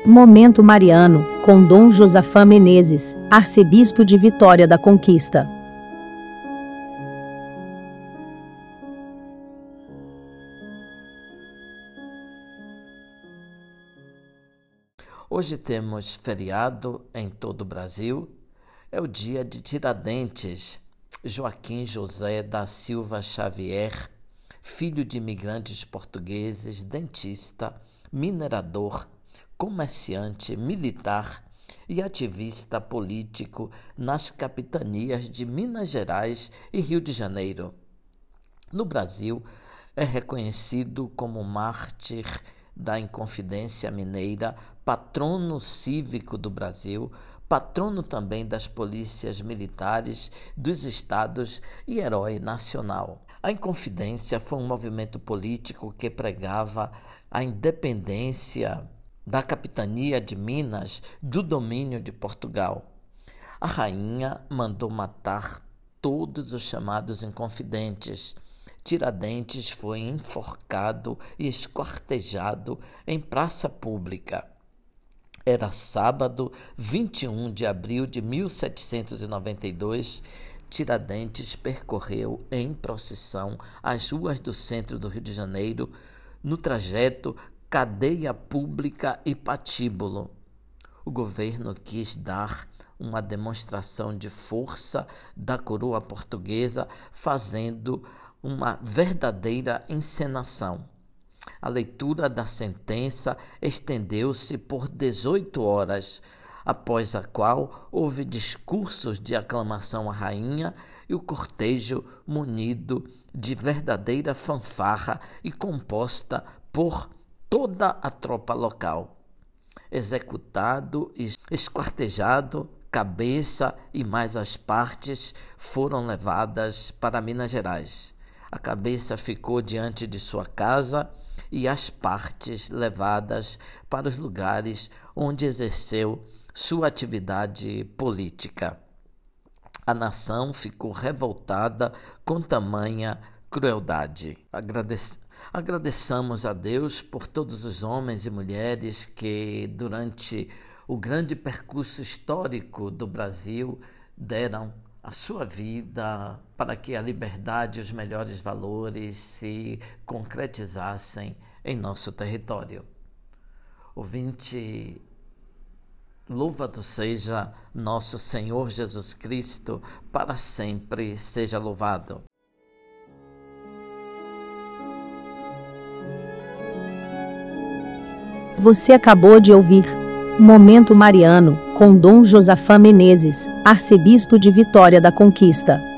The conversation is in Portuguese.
Momento Mariano, com Dom Josafá Menezes, arcebispo de Vitória da Conquista. Hoje temos feriado em todo o Brasil. É o dia de Tiradentes, Joaquim José da Silva Xavier, filho de imigrantes portugueses, dentista, minerador, comerciante, militar e ativista político nas capitanias de Minas Gerais e Rio de Janeiro. No Brasil, é reconhecido como mártir da Inconfidência Mineira, patrono cívico do Brasil, patrono também das polícias militares dos estados e herói nacional. A Inconfidência foi um movimento político que pregava a independência da capitania de Minas do domínio de Portugal. A rainha mandou matar todos os chamados inconfidentes. Tiradentes foi enforcado e esquartejado em praça pública. Era sábado, 21 de abril de 1792. Tiradentes percorreu em procissão as ruas do centro do Rio de Janeiro, no trajeto Cadeia Pública e Patíbulo. O governo quis dar uma demonstração de força da coroa portuguesa, fazendo uma verdadeira encenação. A leitura da sentença estendeu-se por 18 horas, após a qual houve discursos de aclamação à rainha e o cortejo munido de verdadeira fanfarra e composta por toda a tropa local. Executado e esquartejado, cabeça e mais as partes foram levadas para Minas Gerais. A cabeça ficou diante de sua casa e as partes levadas para os lugares onde exerceu sua atividade política. A nação ficou revoltada com tamanha crueldade. Agradeçamos a Deus por todos os homens e mulheres que, durante o grande percurso histórico do Brasil, deram a sua vida para que a liberdade e os melhores valores se concretizassem em nosso território. Ouvinte, louvado seja nosso Senhor Jesus Cristo, para sempre seja louvado. Você acabou de ouvir Momento Mariano, com Dom Josafá Menezes, arcebispo de Vitória da Conquista.